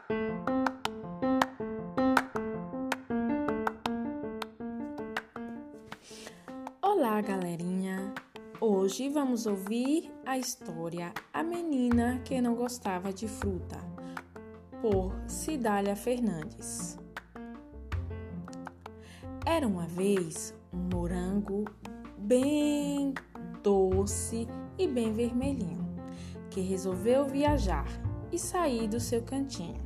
Olá, galerinha! Hoje vamos ouvir a história A Menina que Não Gostava de Fruta, por Cidália Fernandes. Era uma vez um morango bem doce e bem vermelhinho, que resolveu viajar e sair do seu cantinho.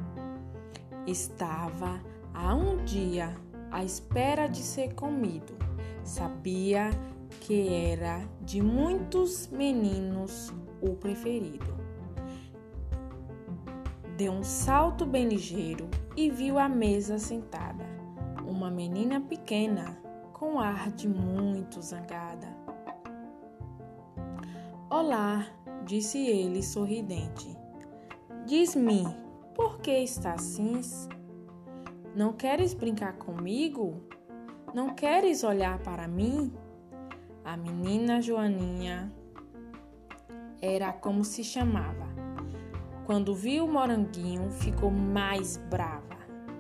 Estava há um dia à espera de ser comido. Sabia que era de muitos meninos o preferido. Deu um salto bem ligeiro e viu à mesa sentada uma menina pequena, com ar de muito zangada. "Olá", disse ele sorridente. "Diz-me, por que está assim? Não queres brincar comigo? Não queres olhar para mim?" A menina Joaninha, era como se chamava, quando viu o moranguinho, ficou mais brava.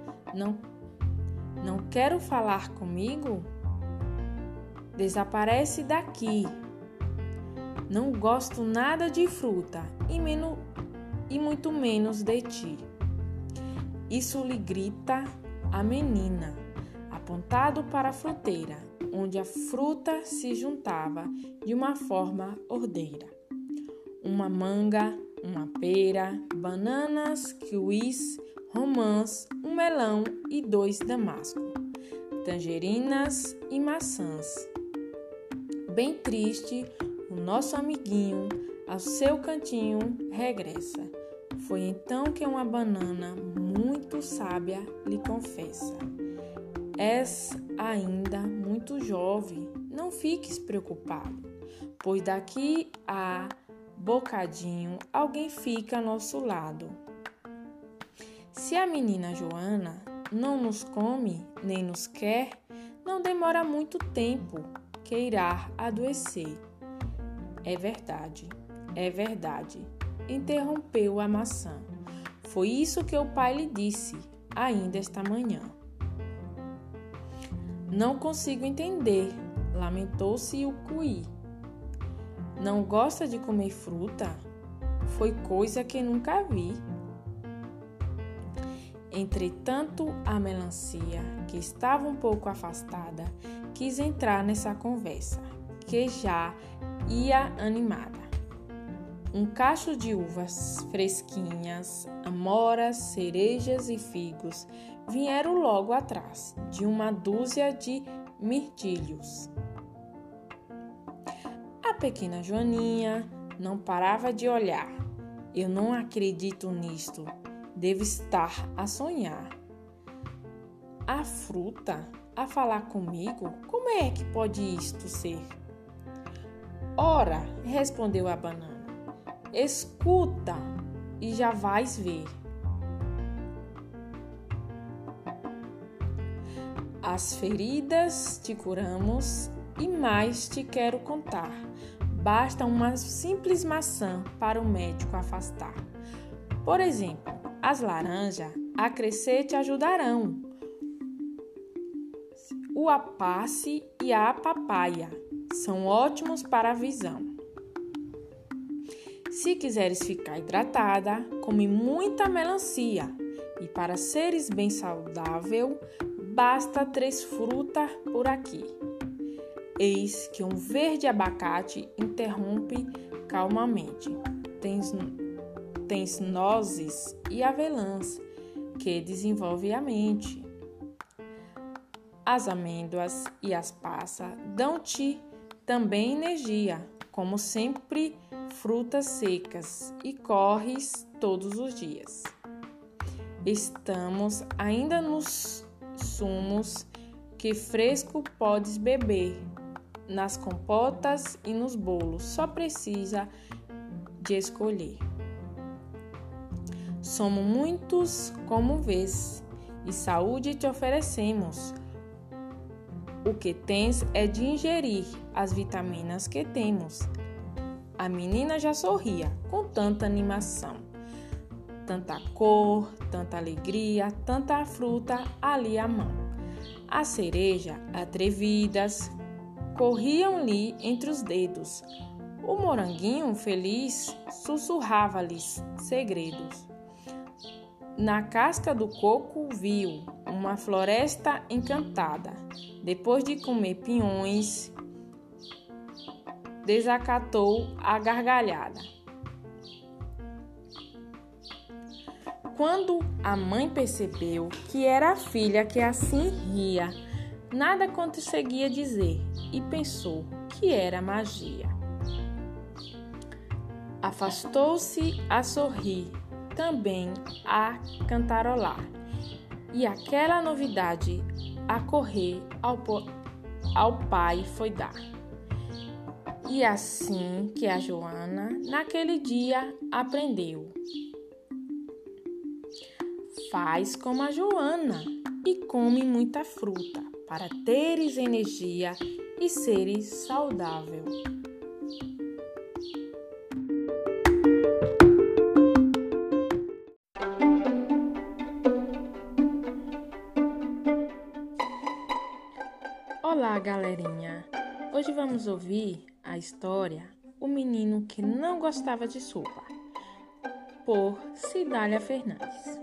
Não quero falar comigo? Desaparece daqui. Não gosto nada de fruta e muito menos de ti. Isso lhe grita a menina, apontado para a fruteira, onde a fruta se juntava de uma forma ordeira. Uma manga, uma pera, bananas, kiwis, romãs, um melão e 2 damasco, tangerinas e maçãs. Bem triste, o nosso amiguinho ao seu cantinho regressa. Foi então que uma banana muito sábia lhe confessa: "És ainda muito jovem, não fiques preocupado, pois daqui a bocadinho alguém fica ao nosso lado. Se a menina Joana não nos come nem nos quer, não demora muito tempo que irá adoecer." É verdade, interrompeu a maçã. "Foi isso que o pai lhe disse ainda esta manhã." "Não consigo entender", lamentou-se o cuí. "Não gosta de comer fruta? Foi coisa que nunca vi." Entretanto, a melancia, que estava um pouco afastada, quis entrar nessa conversa, que já ia animada. Um cacho de uvas fresquinhas, amoras, cerejas e figos vieram logo atrás de uma dúzia de mirtilhos. A pequena Joaninha não parava de olhar. "Eu não acredito nisto. Devo estar a sonhar. A fruta a falar comigo? Como é que pode isto ser?" "Ora", respondeu a banana, "escuta e já vais ver. As feridas te curamos e mais te quero contar. Basta uma simples maçã para o médico afastar. Por exemplo, as laranjas a crescer te ajudarão. O alface e a papaya são ótimos para a visão. Se quiseres ficar hidratada, come muita melancia. E para seres bem saudável, basta 3 frutas por aqui." Eis que um verde abacate interrompe calmamente. Tens nozes e avelãs, que desenvolve a mente. As amêndoas e as passas dão-te também energia, como sempre frutas secas, e corres todos os dias. Estamos ainda nos sumos que fresco podes beber, nas compotas e nos bolos, só precisa de escolher. Somos muitos, como vês, e saúde te oferecemos. O que tens é de ingerir as vitaminas que temos. A menina já sorria com tanta animação. tanta cor, tanta alegria, tanta fruta ali à mão. As cerejas, atrevidas, corriam-lhe entre os dedos. O moranguinho feliz sussurrava-lhes segredos. Na casca do coco viu uma floresta encantada. Depois de comer pinhões, desacatou a gargalhada. Quando a mãe percebeu que era a filha que assim ria, nada conseguia dizer e pensou que era magia. Afastou-se a sorrir, também a cantarolar, e aquela novidade a correr ao pai foi dar. E assim que a Joana, naquele dia, aprendeu. Faz como a Joana e come muita fruta, para teres energia e seres saudável. Olá, galerinha! Hoje vamos ouvir a história O Menino que Não Gostava de Sopa, por Cidália Fernandes.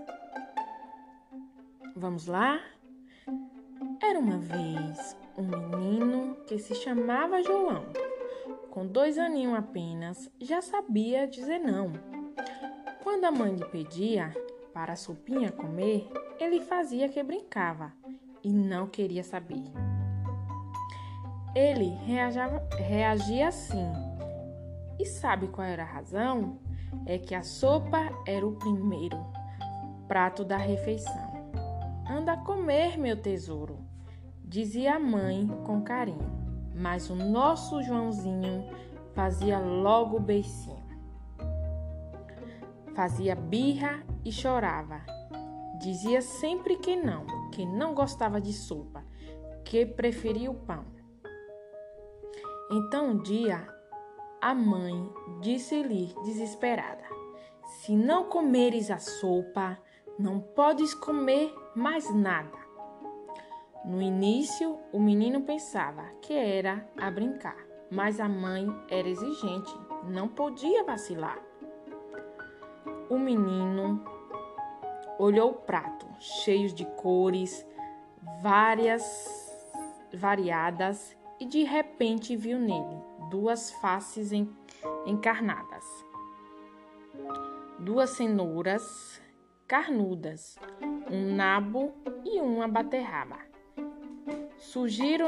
Vamos lá? Era uma vez um menino que se chamava João. Com 2 aninhos apenas, já sabia dizer não. Quando a mãe lhe pedia para a sopinha comer, ele fazia que brincava e não queria saber. Ele reagia assim. E sabe qual era a razão? É que a sopa era o primeiro prato da refeição. Anda a comer, meu tesouro, dizia a mãe com carinho. Mas o nosso Joãozinho fazia logo o beicinho. Fazia birra e chorava. Dizia sempre que não gostava de sopa, que preferia o pão. Então um dia a mãe disse-lhe desesperada: se não comeres a sopa, não podes comer mais nada. No início, o menino pensava que era a brincar, mas a mãe era exigente, não podia vacilar. O menino olhou o prato, cheio de cores variadas, e de repente viu nele 2 faces encarnadas, 2 cenouras carnudas, um nabo e uma beterraba. Surgiram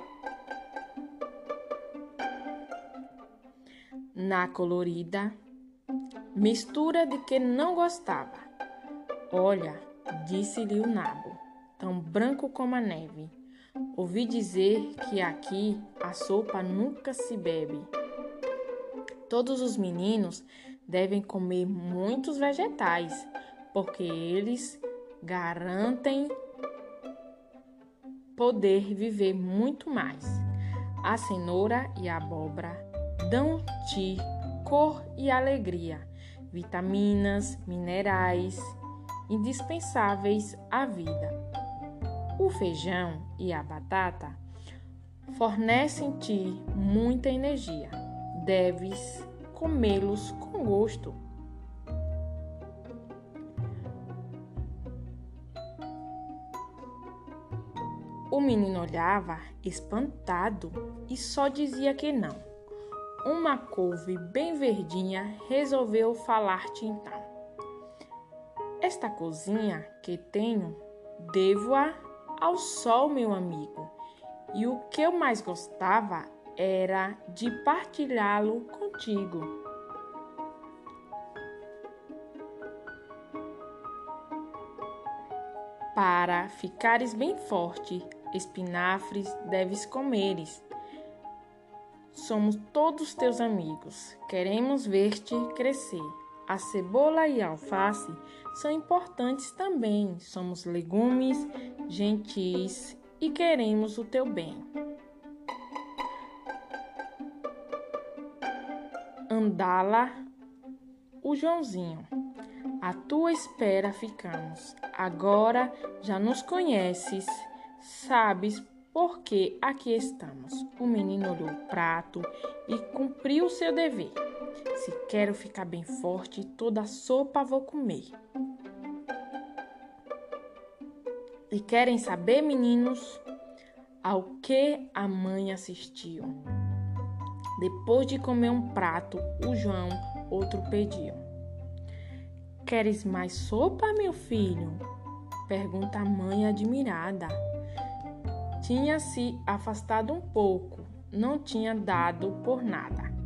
na colorida mistura de que não gostava. Olha, disse-lhe o nabo, tão branco como a neve. Ouvi dizer que aqui a sopa nunca se bebe. Todos os meninos devem comer muitos vegetais, porque eles garantem poder viver muito mais. A cenoura e a abóbora dão-te cor e alegria, vitaminas, minerais indispensáveis à vida. O feijão e a batata fornecem-te muita energia. Deves comê-los com gosto. O menino olhava espantado e só dizia que não. Uma couve bem verdinha resolveu falar-te então. Esta cozinha que tenho, devo-a ao sol, meu amigo, e o que eu mais gostava era de partilhá-lo contigo. Para ficares bem forte, espinafres deves comeres. Somos todos teus amigos, queremos ver-te crescer. A cebola e a alface são importantes também. Somos legumes gentis e queremos o teu bem. Andala o Joãozinho. À tua espera ficamos. Agora já nos conheces, sabes por que aqui estamos. O menino olhou o prato e cumpriu o seu dever. Se quero ficar bem forte, toda a sopa vou comer. E querem saber, meninos, ao que a mãe assistiu? Depois de comer um prato, o João outro pediu. Queres mais sopa, meu filho? Pergunta a mãe admirada. Tinha se afastado um pouco, não tinha dado por nada.